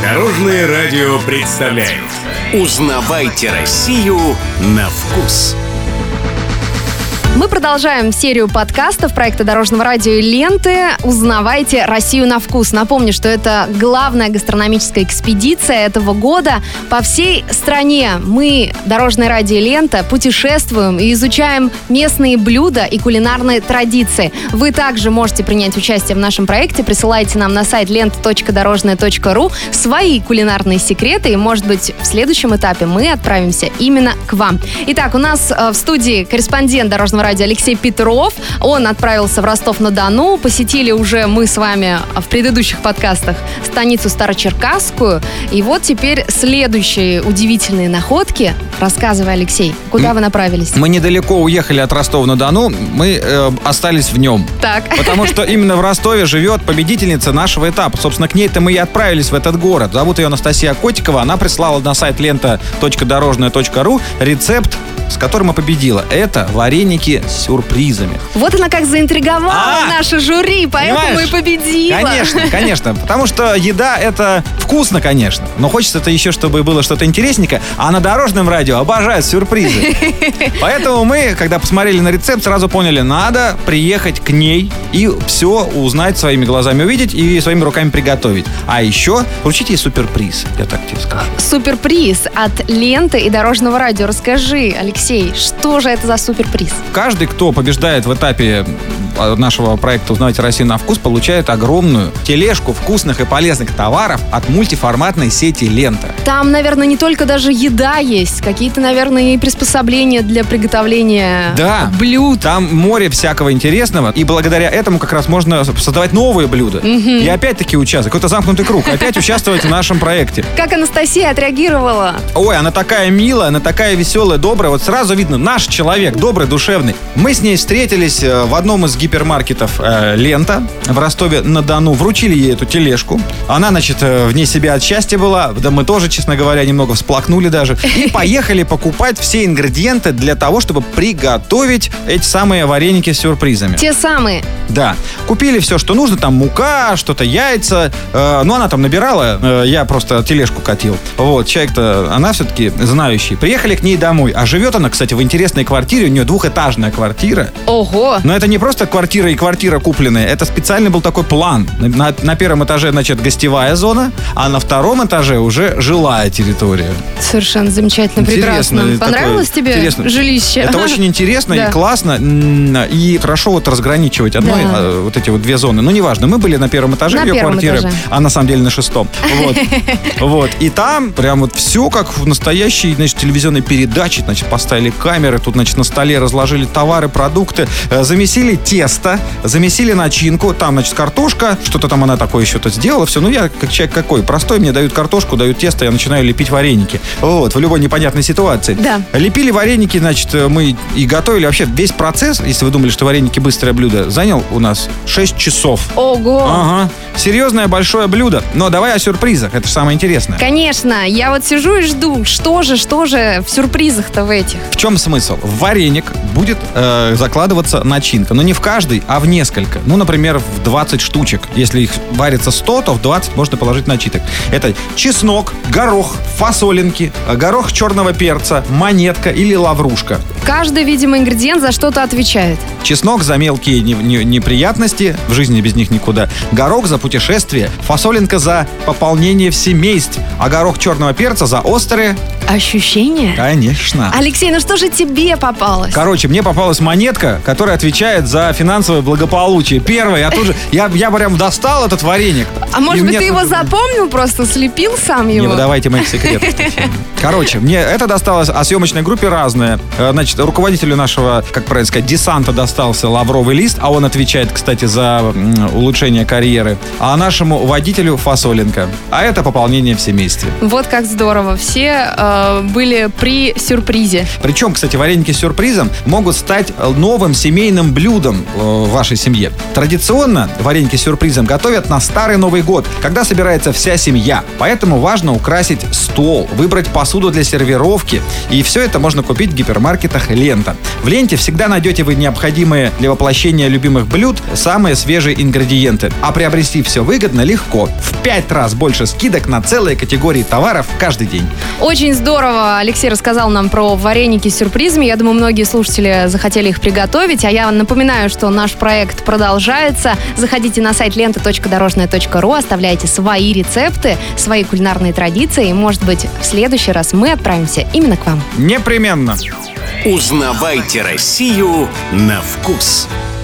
Дорожное радио представляет «Узнавайте Россию на вкус». Мы продолжаем серию подкастов проекта Дорожного радио «Ленты». Узнавайте Россию на вкус. Напомню, что это главная гастрономическая экспедиция этого года. По всей стране мы, Дорожное радио «Лента», путешествуем и изучаем местные блюда и кулинарные традиции. Вы также можете принять участие в нашем проекте. Присылайте нам на сайт лента.дорожная.ру свои кулинарные секреты. И, может быть, в следующем этапе мы отправимся именно к вам. Итак, у нас в студии корреспондент Дорожного радио Алексей Петров. Он отправился в Ростов-на-Дону. Посетили уже мы с вами в предыдущих подкастах станицу Старочеркасскую. И вот теперь следующие удивительные находки. Рассказывай, Алексей, куда вы направились? Мы недалеко уехали от Ростова-на-Дону. Мы остались в нем. Так. Потому что именно в Ростове живет победительница нашего этапа. Собственно, к ней-то мы и отправились в этот город. Зовут ее Анастасия Котикова. Она прислала на сайт лента.дорожная.ру рецепт, с которым и победила. Это вареники с сюрпризами. Вот она как заинтриговала наше жюри, поэтому и победила. Конечно. Потому что еда — это вкусно, конечно. Но хочется это еще, чтобы было что-то интересненькое. А на Дорожном радио обожают сюрпризы. Поэтому мы, когда посмотрели на рецепт, сразу поняли, надо приехать к ней и все узнать, своими глазами увидеть и своими руками приготовить. А еще вручить ей суперприз, я так тебе скажу. Суперприз от Ленты и Дорожного радио. Расскажи, Алексей, что же это за суперприз? Каждый, кто побеждает в этапе нашего проекта «Узнавайте Россию на вкус», получает огромную тележку вкусных и полезных товаров от мультиформатной сети «Лента». Там, наверное, не только даже еда есть, какие-то, наверное, и приспособления для приготовления блюд. Там море всякого интересного, и благодаря этому как раз можно создавать новые блюда. И опять-таки участвовать, какой-то замкнутый круг, опять участвовать в нашем проекте. Как Анастасия отреагировала? Ой, она такая милая, она такая веселая, добрая. Вот сразу видно, наш человек, добрый, душевный. Мы с ней встретились в одном из гипермаркетов «Лента» в Ростове-на-Дону. Вручили ей эту тележку. Она, значит, вне себя от счастья была. Да мы тоже, честно говоря, немного всплакнули даже. И поехали покупать все ингредиенты для того, чтобы приготовить эти самые вареники с сюрпризами. Те самые? Да. Купили все, что нужно. Там мука, что-то яйца. Ну, она там набирала. Я просто тележку катил. Вот. Человек-то, она все-таки знающий. Приехали к ней домой. А живет она, кстати, в интересной квартире. У нее двухэтажная квартира. Ого! Но это не просто квартира и квартира купленные. Это специальный был такой план. На первом этаже, значит, гостевая зона, а на втором этаже уже жилая территория. Совершенно замечательно, прекрасно. Понравилось тебе жилище? Это очень интересно и классно. И хорошо вот разграничивать вот эти вот две зоны. Ну, неважно. Мы были на первом этаже ее квартиры, а на самом деле на 6-м. Вот. И там прям вот все как в настоящей, значит, телевизионной передаче. Значит, поставили камеры, тут, значит, на столе разложили товары, продукты, замесили тесто, замесили начинку, там, значит, картошка, что-то там она такое еще-то сделала, все. Ну, я как человек какой, простой, мне дают картошку, дают тесто, я начинаю лепить вареники. Вот, в любой непонятной ситуации. Да. Лепили вареники, значит, мы и готовили. Вообще весь процесс, если вы думали, что вареники быстрое блюдо, занял у нас 6 часов. Ого! Ага. Серьезное большое блюдо. Но давай о сюрпризах, это же самое интересное. Конечно, я вот сижу и жду, что же в сюрпризах-то в этих? В чем смысл? В вареник будет закладываться начинка, но не в каждый, а в несколько. Ну, например, в 20 штучек. Если их варится 100, то в 20 можно положить начиток. Это чеснок, горох, фасолинки, горох черного перца, монетка или лаврушка. Каждый, видимо, ингредиент за что-то отвечает. Чеснок за мелкие неприятности, в жизни без них никуда. Горох за путешествие, фасолинка за пополнение в семействе, а горох черного перца за острые ощущения? Конечно. Алексей, ну что же тебе попалось? Короче, мне попалась монетка, которая отвечает за финансовое благополучие. Первое, я прям достал этот вареник. А может быть, ты его запомнил, просто слепил сам его? Не выдавайте моих секретов. Короче, мне это досталось, а съемочной группе разное. Значит, руководителю нашего, как правильно сказать, десанта достался лавровый лист, а он отвечает, кстати, за улучшение карьеры. А нашему водителю фасолинка. А это пополнение в семействе. Вот как здорово. Все были при сюрпризе. Причем, кстати, вареники с сюрпризом могут стать новым семейным блюдом в вашей семье. Традиционно вареники с сюрпризом готовят на Старый Новый год, когда собирается вся семья. Поэтому важно украсить стол, выбрать посуду для сервировки. И все это можно купить в гипермаркетах магазинах «Лента». В «Ленте» всегда найдете вы необходимые для воплощения любимых блюд самые свежие ингредиенты. А приобрести все выгодно легко. В 5 раз больше скидок на целые категории товаров каждый день. Очень здорово Алексей рассказал нам про вареники с сюрпризами. Я думаю, многие слушатели захотели их приготовить. А я напоминаю, что наш проект продолжается. Заходите на сайт лента.дорожная.ру, оставляйте свои рецепты, свои кулинарные традиции. И, может быть, в следующий раз мы отправимся именно к вам. Непременно. Узнавайте Россию на вкус.